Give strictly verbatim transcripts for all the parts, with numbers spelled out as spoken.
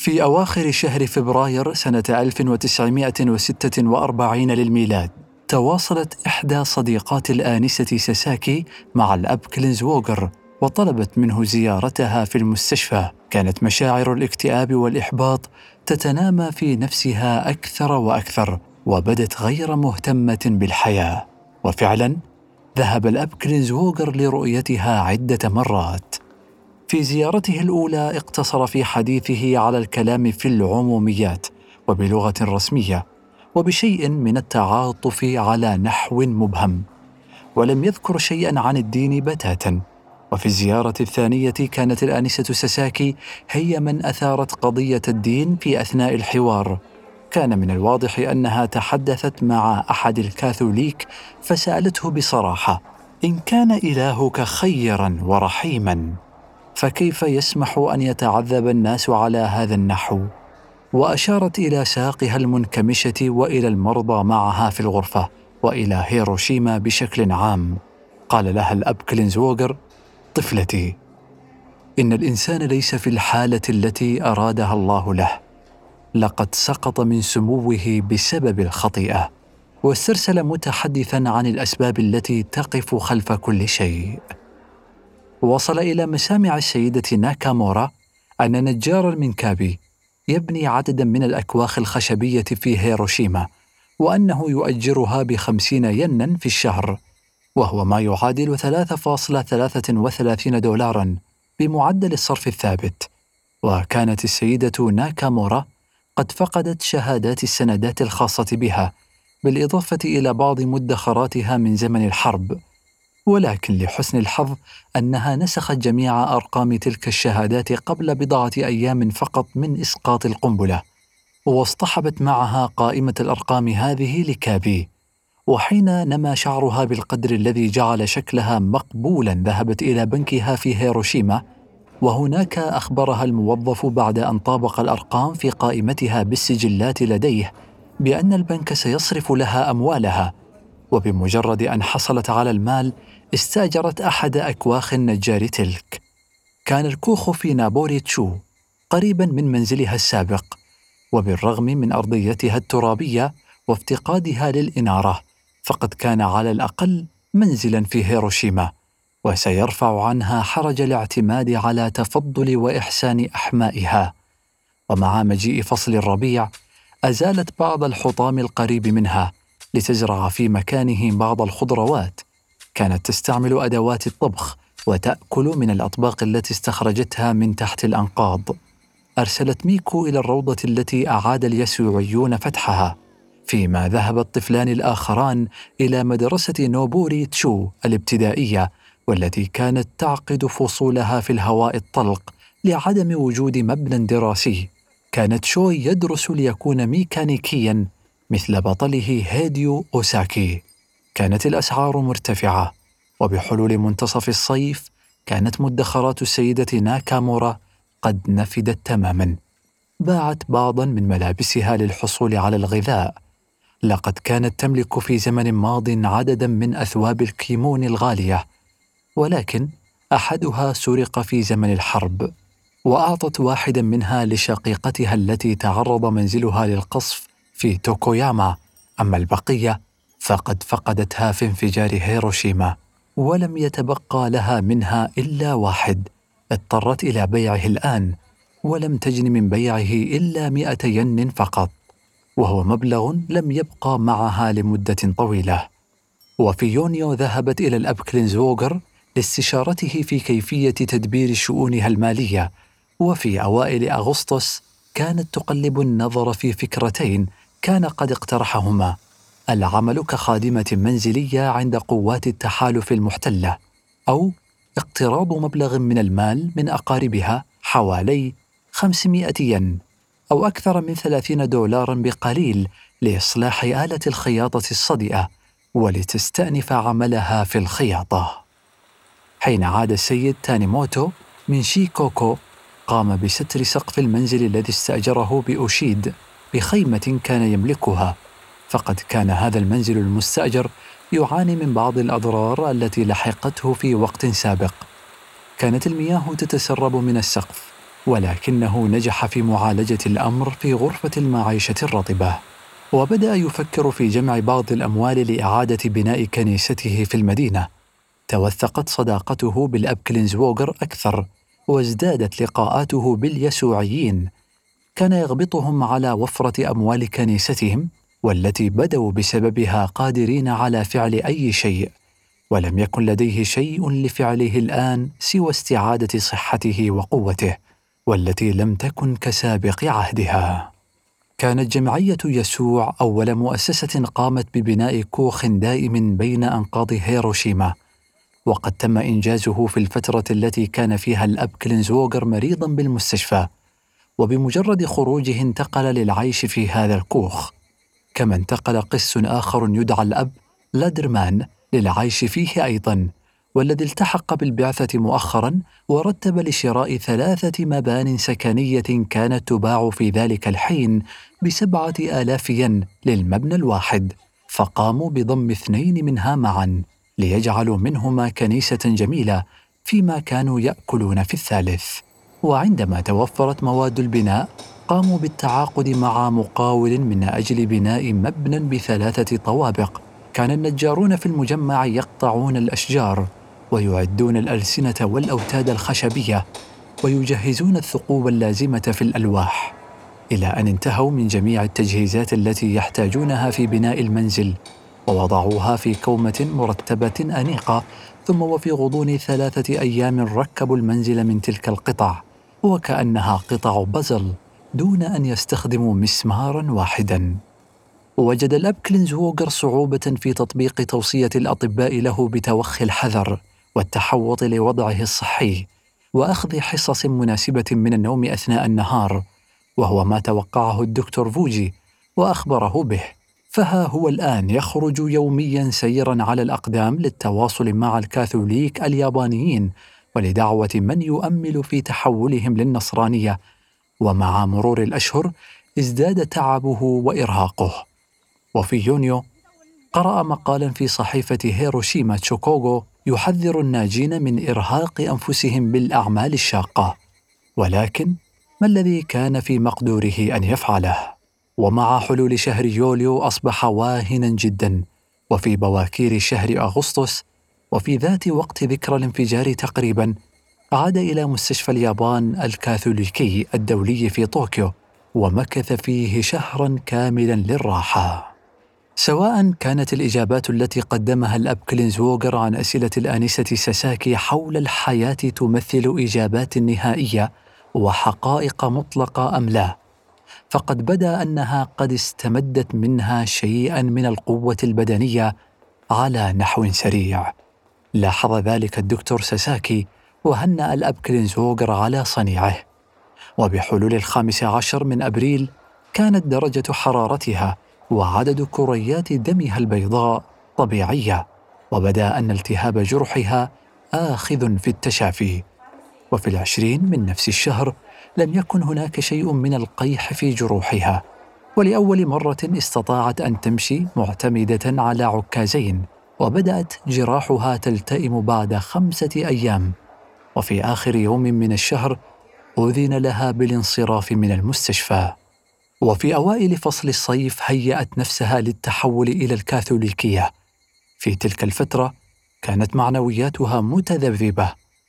في أواخر شهر فبراير سنة ألف وتسعمائة وستة وأربعين للميلاد، تواصلت إحدى صديقات الآنسة ساساكي مع الأب كلينزووغر وطلبت منه زيارتها في المستشفى. كانت مشاعر الاكتئاب والإحباط تتنامى في نفسها أكثر وأكثر، وبدت غير مهتمة بالحياة. وفعلاً ذهب الأب كلينزووغر لرؤيتها عدة مرات. في زيارته الأولى اقتصر في حديثه على الكلام في العموميات وبلغة رسمية وبشيء من التعاطف على نحو مبهم، ولم يذكر شيئا عن الدين بتاتا. وفي الزيارة الثانية كانت الآنسة ساساكي هي من أثارت قضية الدين في أثناء الحوار. كان من الواضح أنها تحدثت مع أحد الكاثوليك، فسألته بصراحة: إن كان إلهك خيرا ورحيما فكيف يسمح أن يتعذب الناس على هذا النحو؟ وأشارت إلى ساقها المنكمشة وإلى المرضى معها في الغرفة وإلى هيروشيما بشكل عام. قال لها الأب كلينزووغر: طفلتي، إن الإنسان ليس في الحالة التي أرادها الله له، لقد سقط من سموه بسبب الخطيئة. واسترسل متحدثا عن الأسباب التي تقف خلف كل شيء. وصل إلى مسامع السيدة ناكامورا أن نجار المنكابي يبني عددا من الأكواخ الخشبية في هيروشيما، وأنه يؤجرها بخمسين ينا في الشهر، وهو ما يعادل ثلاثة فاصلة ثلاثة وثلاثين دولارا بمعدل الصرف الثابت. وكانت السيدة ناكامورا قد فقدت شهادات السندات الخاصة بها، بالإضافة إلى بعض مدخراتها من زمن الحرب. ولكن لحسن الحظ أنها نسخت جميع أرقام تلك الشهادات قبل بضعة أيام فقط من إسقاط القنبلة، واصطحبت معها قائمة الأرقام هذه لكابي. وحين نما شعرها بالقدر الذي جعل شكلها مقبولا، ذهبت إلى بنكها في هيروشيما، وهناك أخبرها الموظف بعد أن طابق الأرقام في قائمتها بالسجلات لديه بأن البنك سيصرف لها أموالها. وبمجرد أن حصلت على المال استأجرت أحد أكواخ النجار تلك. كان الكوخ في نابوري تشو قريبا من منزلها السابق، وبالرغم من أرضيتها الترابية وافتقادها للإنارة، فقد كان على الأقل منزلا في هيروشيما، وسيرفع عنها حرج الاعتماد على تفضل وإحسان أحمائها. ومع مجيء فصل الربيع أزالت بعض الحطام القريب منها لتزرع في مكانه بعض الخضروات. كانت تستعمل أدوات الطبخ وتأكل من الأطباق التي استخرجتها من تحت الأنقاض. أرسلت ميكو إلى الروضة التي أعاد اليسوعيون فتحها، فيما ذهب الطفلان الآخران إلى مدرسة نوبوري تشو الابتدائية، والتي كانت تعقد فصولها في الهواء الطلق لعدم وجود مبنى دراسي. كانت شوي يدرس ليكون ميكانيكياً مثل بطله هيديو أوساكي. كانت الأسعار مرتفعة، وبحلول منتصف الصيف كانت مدخرات السيدة ناكامورا قد نفدت تماماً. باعت بعضاً من ملابسها للحصول على الغذاء. لقد كانت تملك في زمن ماض عدداً من أثواب الكيمون الغالية، ولكن أحدها سرق في زمن الحرب، وأعطت واحدا منها لشقيقتها التي تعرض منزلها للقصف في توكوياما. أما البقية فقد فقدتها في انفجار هيروشيما، ولم يتبقى لها منها إلا واحد اضطرت إلى بيعه الآن، ولم تجن من بيعه إلا مئة ين فقط، وهو مبلغ لم يبقى معها لمدة طويلة. وفي يونيو ذهبت إلى الأب كلينزووغر لاستشارته في كيفية تدبير شؤونها المالية. وفي أوائل أغسطس كانت تقلب النظر في فكرتين كان قد اقترحهما: العمل كخادمة منزلية عند قوات التحالف المحتلة، أو اقتراض مبلغ من المال من أقاربها حوالي خمسمائة ين أو أكثر من ثلاثين دولارا بقليل لإصلاح آلة الخياطة الصدئة ولتستأنف عملها في الخياطة. حين عاد السيد تانيموتو من شيكوكو قام بستر سقف المنزل الذي استأجره بأوشيد بخيمة كان يملكها، فقد كان هذا المنزل المستأجر يعاني من بعض الأضرار التي لحقته في وقت سابق. كانت المياه تتسرب من السقف، ولكنه نجح في معالجة الأمر في غرفة المعيشة الرطبة، وبدأ يفكر في جمع بعض الأموال لإعادة بناء كنيسته في المدينة. توثقت صداقته بالأب كلينزووغر أكثر، وازدادت لقاءاته باليسوعيين. كان يغبطهم على وفرة أموال كنيستهم، والتي بدوا بسببها قادرين على فعل أي شيء، ولم يكن لديه شيء لفعله الآن سوى استعادة صحته وقوته، والتي لم تكن كسابق عهدها. كانت جمعية يسوع أول مؤسسة قامت ببناء كوخ دائم بين أنقاض هيروشيما، وقد تم إنجازه في الفترة التي كان فيها الأب كلينزووغر مريضا بالمستشفى، وبمجرد خروجه انتقل للعيش في هذا الكوخ. كما انتقل قس آخر يدعى الأب لادرمان للعيش فيه أيضا، والذي التحق بالبعثة مؤخرا ورتب لشراء ثلاثة مبان سكنية كانت تباع في ذلك الحين بسبعة آلاف ين للمبنى الواحد، فقاموا بضم اثنين منها معا ليجعلوا منهما كنيسة جميلة، فيما كانوا يأكلون في الثالث. وعندما توفرت مواد البناء قاموا بالتعاقد مع مقاول من أجل بناء مبنى بثلاثة طوابق. كان النجارون في المجمع يقطعون الأشجار ويعدون الألسنة والأوتاد الخشبية ويجهزون الثقوب اللازمة في الألواح، إلى أن انتهوا من جميع التجهيزات التي يحتاجونها في بناء المنزل، ووضعوها في كومة مرتبة أنيقة. ثم وفي غضون ثلاثة أيام ركبوا المنزل من تلك القطع وكأنها قطع بازل دون أن يستخدموا مسمارا واحدا. وجد الأب كلينزووغر صعوبة في تطبيق توصية الأطباء له بتوخي الحذر والتحوط لوضعه الصحي وأخذ حصص مناسبة من النوم أثناء النهار، وهو ما توقعه الدكتور فوجي وأخبره به. فها هو الآن يخرج يوميا سيرا على الأقدام للتواصل مع الكاثوليك اليابانيين ولدعوة من يؤمل في تحولهم للنصرانية. ومع مرور الأشهر ازداد تعبه وإرهاقه. وفي يونيو قرأ مقالا في صحيفة هيروشيما تشوكوغو يحذر الناجين من إرهاق أنفسهم بالأعمال الشاقة، ولكن ما الذي كان في مقدوره أن يفعله؟ ومع حلول شهر يوليو أصبح واهنا جدا، وفي بواكير شهر أغسطس وفي ذات وقت ذكرى الانفجار تقريبا عاد إلى مستشفى اليابان الكاثوليكي الدولي في طوكيو، ومكث فيه شهرا كاملا للراحة. سواء كانت الإجابات التي قدمها الأب كلينزووغر عن أسئلة الآنسة ساساكي حول الحياة تمثل إجابات نهائية وحقائق مطلقة أم لا، فقد بدا أنها قد استمدت منها شيئا من القوة البدنية على نحو سريع. لاحظ ذلك الدكتور ساساكي وهنأ الأب كلينزووغر على صنيعه. وبحلول الخامس عشر من أبريل كانت درجة حرارتها وعدد كريات دمها البيضاء طبيعية، وبدا أن التهاب جرحها آخذ في التشافي. وفي العشرين من نفس الشهر لم يكن هناك شيء من القيح في جروحها، ولأول مرة استطاعت أن تمشي معتمدة على عكازين، وبدأت جراحها تلتئم بعد خمسة أيام. وفي آخر يوم من الشهر أذن لها بالانصراف من المستشفى. وفي أوائل فصل الصيف هيأت نفسها للتحول إلى الكاثوليكية. في تلك الفترة كانت معنوياتها متذبذبة،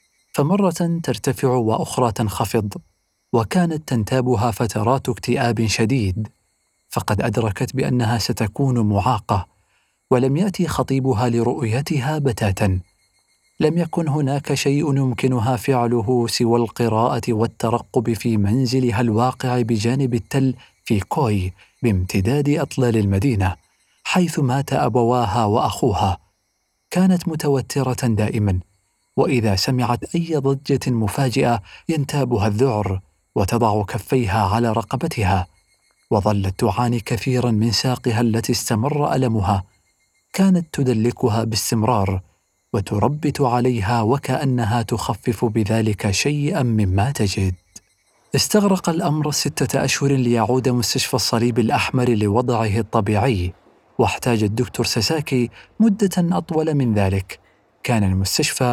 فمرة ترتفع وأخرى تنخفض، وكانت تنتابها فترات اكتئاب شديد، فقد أدركت بأنها ستكون معاقة، ولم يأتي خطيبها لرؤيتها بتاتا. لم يكن هناك شيء يمكنها فعله سوى القراءة والترقب في منزلها الواقع بجانب التل في كوي بامتداد أطلال المدينة، حيث مات أبواها وأخوها. كانت متوترة دائما، وإذا سمعت أي ضجة مفاجئة ينتابها الذعر وتضع كفيها على رقبتها. وظلت تعاني كثيرا من ساقها التي استمر ألمها. كانت تدلكها باستمرار وتربت عليها وكأنها تخفف بذلك شيئا مما تجد. استغرق الأمر ستة أشهر ليعود مستشفى الصليب الأحمر لوضعه الطبيعي، واحتاج الدكتور ساساكي مدة أطول من ذلك. كان المستشفى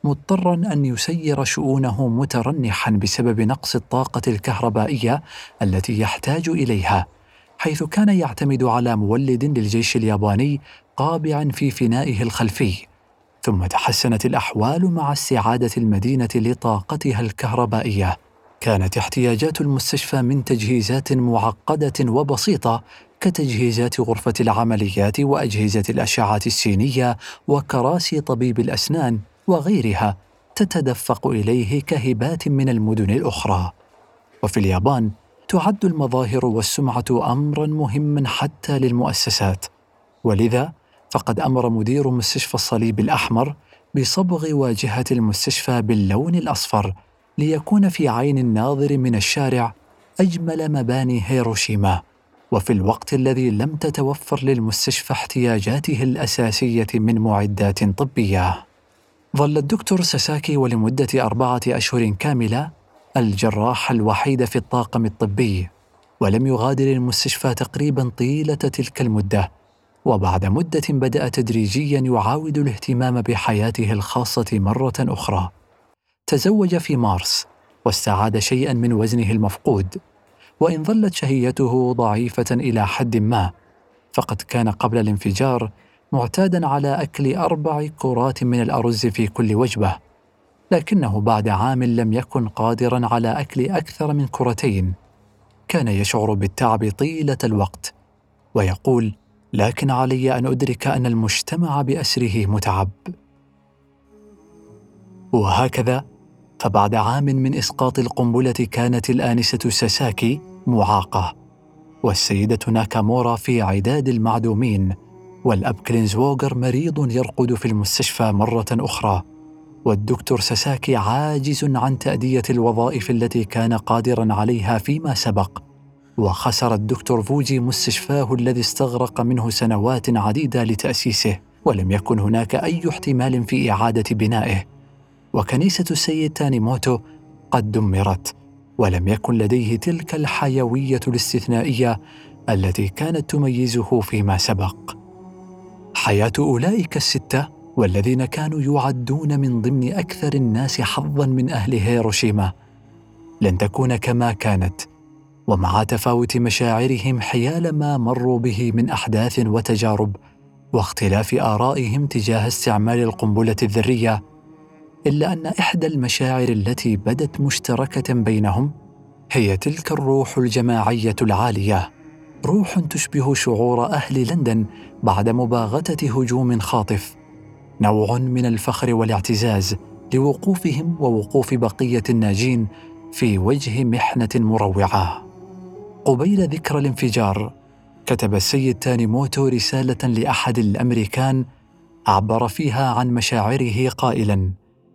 مضطراً أن يسير شؤونه مترنحاً بسبب نقص الطاقة الكهربائية التي يحتاج إليها، حيث كان يعتمد على مولد للجيش الياباني قابعاً في فنائه الخلفي. ثم تحسنت الأحوال مع استعادة المدينة لطاقتها الكهربائية. كانت احتياجات المستشفى من تجهيزات معقدة وبسيطة كتجهيزات غرفة العمليات وأجهزة الأشعة السينية وكراسي طبيب الأسنان وغيرها، تتدفق إليه كهبات من المدن الأخرى. وفي اليابان تعد المظاهر والسمعة أمراً مهماً حتى للمؤسسات، ولذا فقد أمر مدير مستشفى الصليب الأحمر بصبغ واجهة المستشفى باللون الأصفر ليكون في عين الناظر من الشارع أجمل مباني هيروشيما، وفي الوقت الذي لم تتوفر للمستشفى احتياجاته الأساسية من معدات طبية. ظل الدكتور ساساكي ولمدة أربعة أشهر كاملة الجراح الوحيد في الطاقم الطبي، ولم يغادر المستشفى تقريبا طيلة تلك المدة. وبعد مدة بدأ تدريجيا يعاود الاهتمام بحياته الخاصة مرة أخرى. تزوج في مارس واستعاد شيئا من وزنه المفقود، وإن ظلت شهيته ضعيفة إلى حد ما، فقد كان قبل الانفجار معتادا على أكل أربع كرات من الأرز في كل وجبة، لكنه بعد عام لم يكن قادرا على أكل أكثر من كرتين. كان يشعر بالتعب طيلة الوقت ويقول: لكن علي أن أدرك أن المجتمع بأسره متعب. وهكذا فبعد عام من إسقاط القنبلة كانت الآنسة ساساكي معاقة، والسيدة ناكامورا في عداد المعدومين، والأب كلينزووغر مريض يرقد في المستشفى مرة أخرى، والدكتور ساساكي عاجز عن تأدية الوظائف التي كان قادرا عليها فيما سبق. وخسر الدكتور فوجي مستشفاه الذي استغرق منه سنوات عديدة لتأسيسه، ولم يكن هناك أي احتمال في إعادة بنائه. وكنيسة السيد تانيموتو قد دمرت، ولم يكن لديه تلك الحيوية الاستثنائية التي كانت تميزه فيما سبق. حياة أولئك الستة والذين كانوا يعدون من ضمن أكثر الناس حظاً من أهل هيروشيما لن تكون كما كانت، ومع تفاوت مشاعرهم حيال ما مروا به من أحداث وتجارب واختلاف آرائهم تجاه استعمال القنبلة الذرية، إلا أن إحدى المشاعر التي بدت مشتركة بينهم هي تلك الروح الجماعية العالية، روح تشبه شعور أهل لندن بعد مباغتة هجوم خاطف، نوع من الفخر والاعتزاز لوقوفهم ووقوف بقية الناجين في وجه محنة مروعة. قبيل ذكرى الانفجار كتب السيد تانيموتو رسالة لأحد الأمريكان عبر فيها عن مشاعره قائلاً: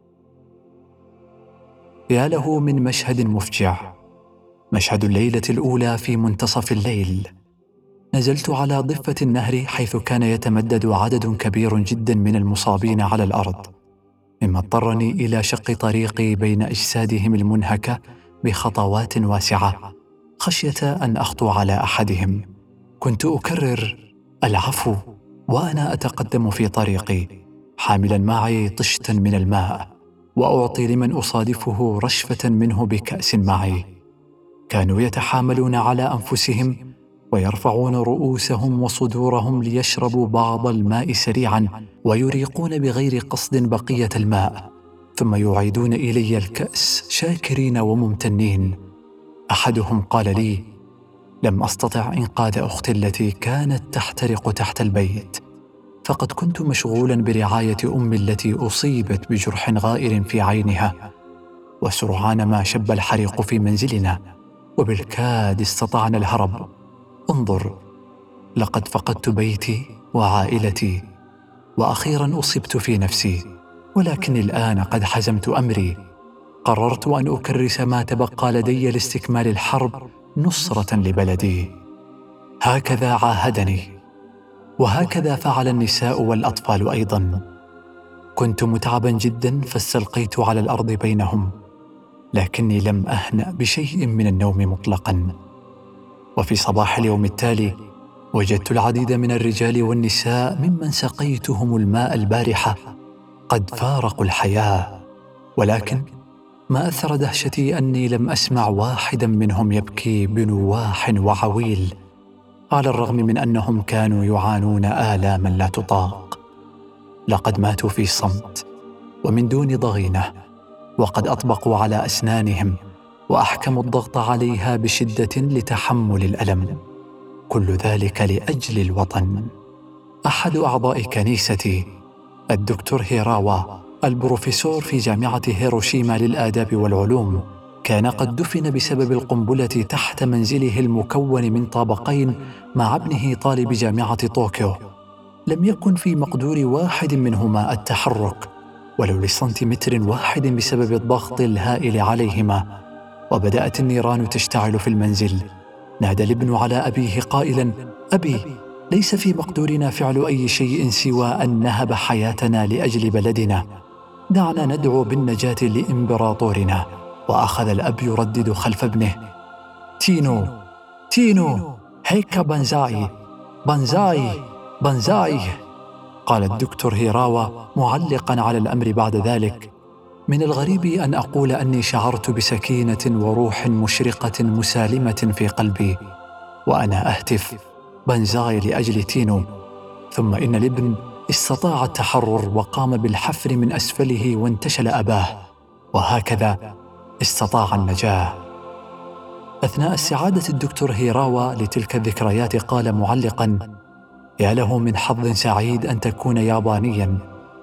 يا له من مشهد مفجع، مشهد الليلة الأولى في منتصف الليل. نزلت على ضفة النهر حيث كان يتمدد عدد كبير جدا من المصابين على الأرض، مما اضطرني إلى شق طريقي بين أجسادهم المنهكة بخطوات واسعة خشية أن أخطو على أحدهم. كنت أكرر العفو وأنا أتقدم في طريقي، حاملا معي طشتا من الماء، وأعطي لمن أصادفه رشفة منه بكأس معي. كانوا يتحاملون على أنفسهم ويرفعون رؤوسهم وصدورهم ليشربوا بعض الماء سريعا ويريقون بغير قصد بقية الماء، ثم يعيدون إلي الكأس شاكرين وممتنين. أحدهم قال لي: لم أستطع إنقاذ أختي التي كانت تحترق تحت البيت، فقد كنت مشغولا برعاية أمي التي أصيبت بجرح غائر في عينها، وسرعان ما شب الحريق في منزلنا وبالكاد استطعنا الهرب. انظر، لقد فقدت بيتي وعائلتي، وأخيرا أصبت في نفسي، ولكن الآن قد حزمت أمري. قررت أن أكرس ما تبقى لدي لاستكمال الحرب نصرة لبلدي. هكذا عاهدني، وهكذا فعل النساء والأطفال أيضا. كنت متعبا جدا فاستلقيت على الأرض بينهم، لكني لم أهنأ بشيء من النوم مطلقا. وفي صباح اليوم التالي وجدت العديد من الرجال والنساء ممن سقيتهم الماء البارحة قد فارقوا الحياة، ولكن ما أثر دهشتي أني لم أسمع واحدا منهم يبكي بنواح وعويل، على الرغم من أنهم كانوا يعانون آلاما لا تطاق. لقد ماتوا في صمت ومن دون ضغينة، وقد أطبقوا على أسنانهم وأحكموا الضغط عليها بشدة لتحمل الألم، كل ذلك لأجل الوطن. أحد أعضاء كنيستي الدكتور هيراوا، البروفيسور في جامعة هيروشيما للآداب والعلوم، كان قد دفن بسبب القنبلة تحت منزله المكون من طابقين مع ابنه طالب جامعة طوكيو. لم يكن في مقدور واحد منهما التحرك ولو لسنتيمتر واحد بسبب الضغط الهائل عليهما، وبدأت النيران تشتعل في المنزل. نادى الابن على أبيه قائلا: أبي، ليس في مقدورنا فعل أي شيء سوى أن نهب حياتنا لأجل بلدنا، دعنا ندعو بالنجاة لإمبراطورنا. وأخذ الأب يردد خلف ابنه: تينو تينو هيكا بانزاي بانزاي بانزاي. قال الدكتور هيراوا معلقا على الأمر بعد ذلك: من الغريب أن أقول أني شعرت بسكينة وروح مشرقة مسالمة في قلبي وأنا أهتف بانزاي لأجل تينو. ثم إن الابن استطاع التحرر وقام بالحفر من أسفله وانتشل أباه، وهكذا استطاع النجاة. أثناء استعادة الدكتور هيراوا لتلك الذكريات قال معلقا: يا له من حظ سعيد أن تكون يابانيا.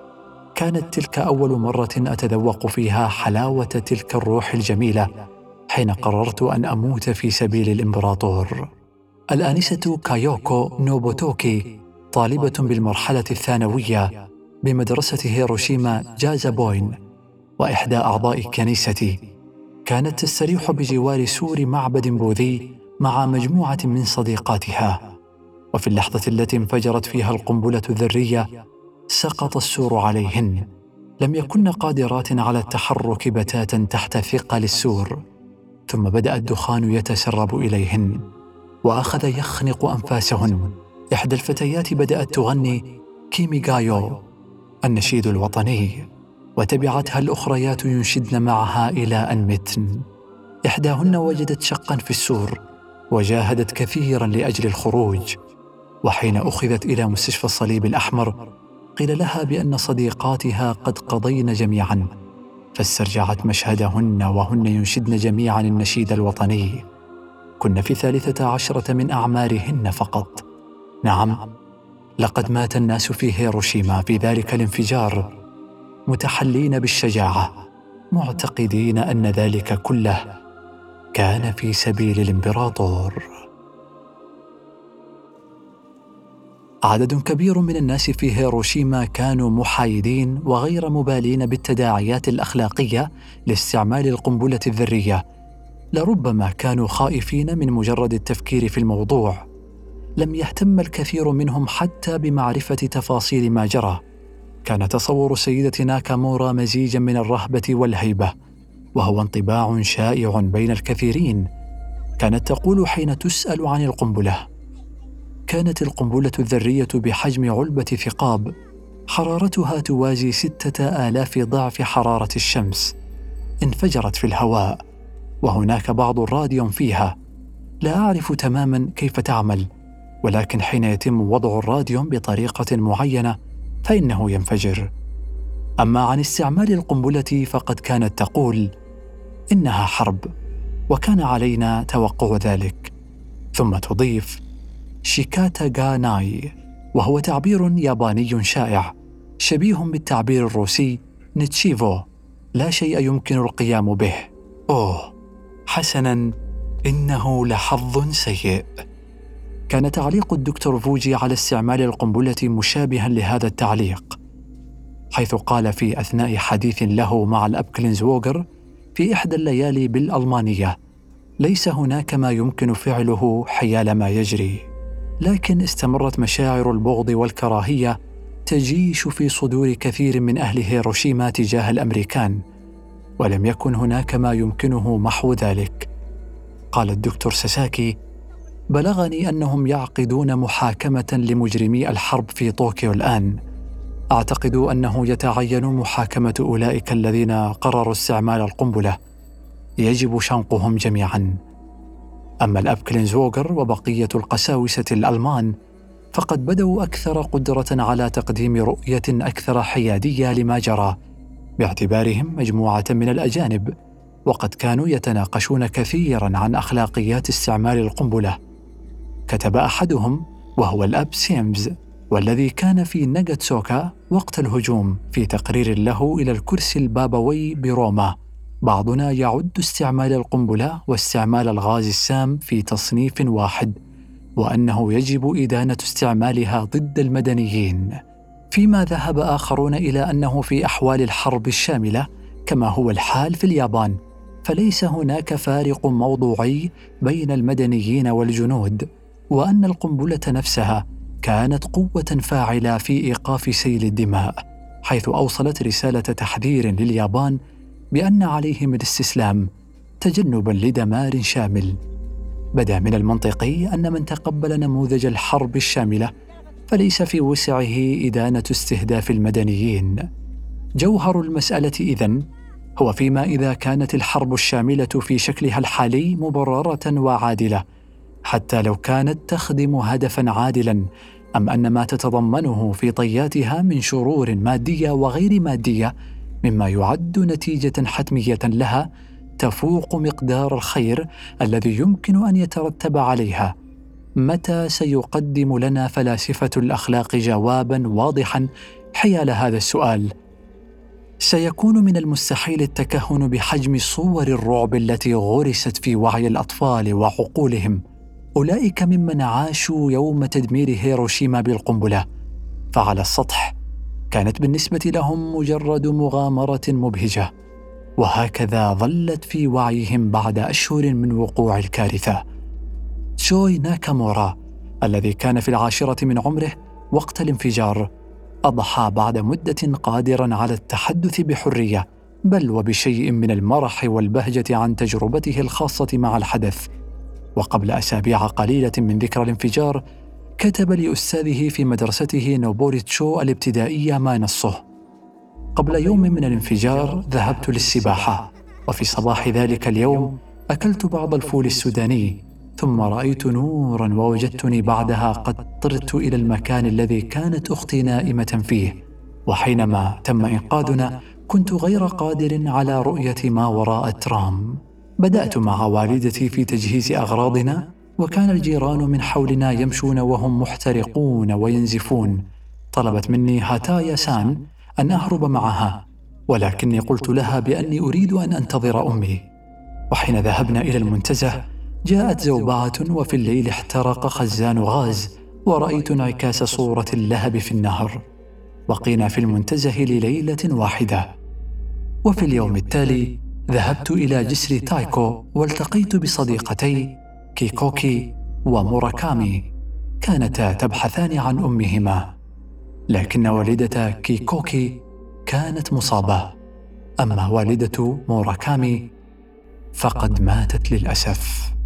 كانت تلك أول مرة أتذوق فيها حلاوة تلك الروح الجميلة حين قررت أن أموت في سبيل الإمبراطور. الآنسة كايوكو نوبوتوكي، طالبة بالمرحلة الثانوية بمدرسة هيروشيما جازابوين وإحدى أعضاء كنيستي، كانت تستريح بجوار سور معبد بوذي مع مجموعة من صديقاتها. وفي اللحظة التي انفجرت فيها القنبلة الذرية سقط السور عليهن. لم يكن قادرات على التحرك بتاتا تحت ثقل السور. ثم بدأ الدخان يتسرب إليهن وأخذ يخنق أنفاسهن. إحدى الفتيات بدأت تغني كيميغايو، النشيد الوطني، وتبعتها الأخريات ينشدن معها إلى أن متن. إحداهن وجدت شقا في السور وجاهدت كثيرا لأجل الخروج، وحين أخذت إلى مستشفى الصليب الأحمر قيل لها بأن صديقاتها قد قضين جميعا، فاسترجعت مشهدهن وهن ينشدن جميعا النشيد الوطني. كن في ثالثة عشرة من أعمارهن فقط. نعم، لقد مات الناس في هيروشيما في ذلك الانفجار متحلين بالشجاعة، معتقدين أن ذلك كله كان في سبيل الإمبراطور. عدد كبير من الناس في هيروشيما كانوا محايدين وغير مبالين بالتداعيات الأخلاقية لاستعمال القنبلة الذرية. لربما كانوا خائفين من مجرد التفكير في الموضوع. لم يهتم الكثير منهم حتى بمعرفة تفاصيل ما جرى. كان تصور سيدة ناكامورا مزيجا من الرهبة والهيبة، وهو انطباع شائع بين الكثيرين. كانت تقول حين تسأل عن القنبلة: كانت القنبلة الذرية بحجم علبة ثقاب، حرارتها توازي ستة آلاف ضعف حرارة الشمس. انفجرت في الهواء، وهناك بعض الراديوم فيها. لا أعرف تماما كيف تعمل، ولكن حين يتم وضع الراديوم بطريقة معينة فإنه ينفجر. أما عن استعمال القنبلة فقد كانت تقول: إنها حرب، وكان علينا توقع ذلك. ثم تضيف: شيكاتا غاناي، وهو تعبير ياباني شائع شبيه بالتعبير الروسي نتشيفو، لا شيء يمكن القيام به. أوه حسناً، إنه لحظ سيء. كان تعليق الدكتور فوجي على استعمال القنبلة مشابها لهذا التعليق، حيث قال في أثناء حديث له مع الأب كلينزووغر في إحدى الليالي بالألمانية: ليس هناك ما يمكن فعله حيال ما يجري. لكن استمرت مشاعر البغض والكراهية تجيش في صدور كثير من أهل هيروشيما تجاه الأمريكان، ولم يكن هناك ما يمكنه محو ذلك. قال الدكتور ساساكي: بلغني أنهم يعقدون محاكمة لمجرمي الحرب في طوكيو الآن، أعتقد أنه يتعين محاكمة أولئك الذين قرروا استعمال القنبلة، يجب شنقهم جميعا. أما الأب كلينزوغر وبقية القساوسة الألمان فقد بدوا أكثر قدرة على تقديم رؤية أكثر حيادية لما جرى، باعتبارهم مجموعة من الأجانب، وقد كانوا يتناقشون كثيرا عن أخلاقيات استعمال القنبلة. كتب أحدهم وهو الأب سيمز، والذي كان في ناغاتسوكا وقت الهجوم، في تقرير له إلى الكرسي البابوي بروما: بعضنا يعد استعمال القنبلة واستعمال الغاز السام في تصنيف واحد، وأنه يجب إدانة استعمالها ضد المدنيين. فيما ذهب آخرون إلى أنه في أحوال الحرب الشاملة كما هو الحال في اليابان، فليس هناك فارق موضوعي بين المدنيين والجنود، وأن القنبلة نفسها كانت قوة فاعلة في إيقاف سيل الدماء، حيث أوصلت رسالة تحذير لليابان بأن عليهم الاستسلام تجنباً لدمار شامل. بدا من المنطقي أن من تقبل نموذج الحرب الشاملة فليس في وسعه إدانة استهداف المدنيين. جوهر المسألة إذن هو فيما إذا كانت الحرب الشاملة في شكلها الحالي مبررة وعادلة، حتى لو كانت تخدم هدفاً عادلاً، أم أن ما تتضمنه في طياتها من شرور مادية وغير مادية مما يعد نتيجة حتمية لها تفوق مقدار الخير الذي يمكن أن يترتب عليها. متى سيقدم لنا فلاسفة الأخلاق جواباً واضحاً حيال هذا السؤال؟ سيكون من المستحيل التكهن بحجم صور الرعب التي غرست في وعي الأطفال وعقولهم، أولئك ممن عاشوا يوم تدمير هيروشيما بالقنبلة، فعلى السطح كانت بالنسبة لهم مجرد مغامرة مبهجة، وهكذا ظلت في وعيهم بعد أشهر من وقوع الكارثة. تشوي ناكامورا الذي كان في العاشرة من عمره وقت الانفجار أضحى بعد مدة قادراً على التحدث بحرية، بل وبشيء من المرح والبهجة عن تجربته الخاصة مع الحدث. وقبل أسابيع قليلة من ذكرى الانفجار كتب لأستاذه في مدرسته نوبوريتشو الابتدائية ما نصه: قبل يوم من الانفجار ذهبت للسباحة، وفي صباح ذلك اليوم أكلت بعض الفول السوداني، ثم رأيت نوراً ووجدتني بعدها قد طرت إلى المكان الذي كانت أختي نائمة فيه، وحينما تم إنقاذنا كنت غير قادر على رؤية ما وراء الترام. بدأت مع والدتي في تجهيز أغراضنا، وكان الجيران من حولنا يمشون وهم محترقون وينزفون. طلبت مني هاتايا سان أن أهرب معها، ولكني قلت لها بأني أريد أن أنتظر أمي. وحين ذهبنا إلى المنتزه جاءت زوبعة، وفي الليل احترق خزان غاز، ورأيت انعكاس صورة اللهب في النهر. بقينا في المنتزه لليلة واحدة. وفي اليوم التالي ذهبت إلى جسر تايكو والتقيت بصديقتي كيكوكي وموراكامي، كانتا تبحثان عن أمهما، لكن والدة كيكوكي كانت مصابة، أما والدة موراكامي فقد ماتت للأسف.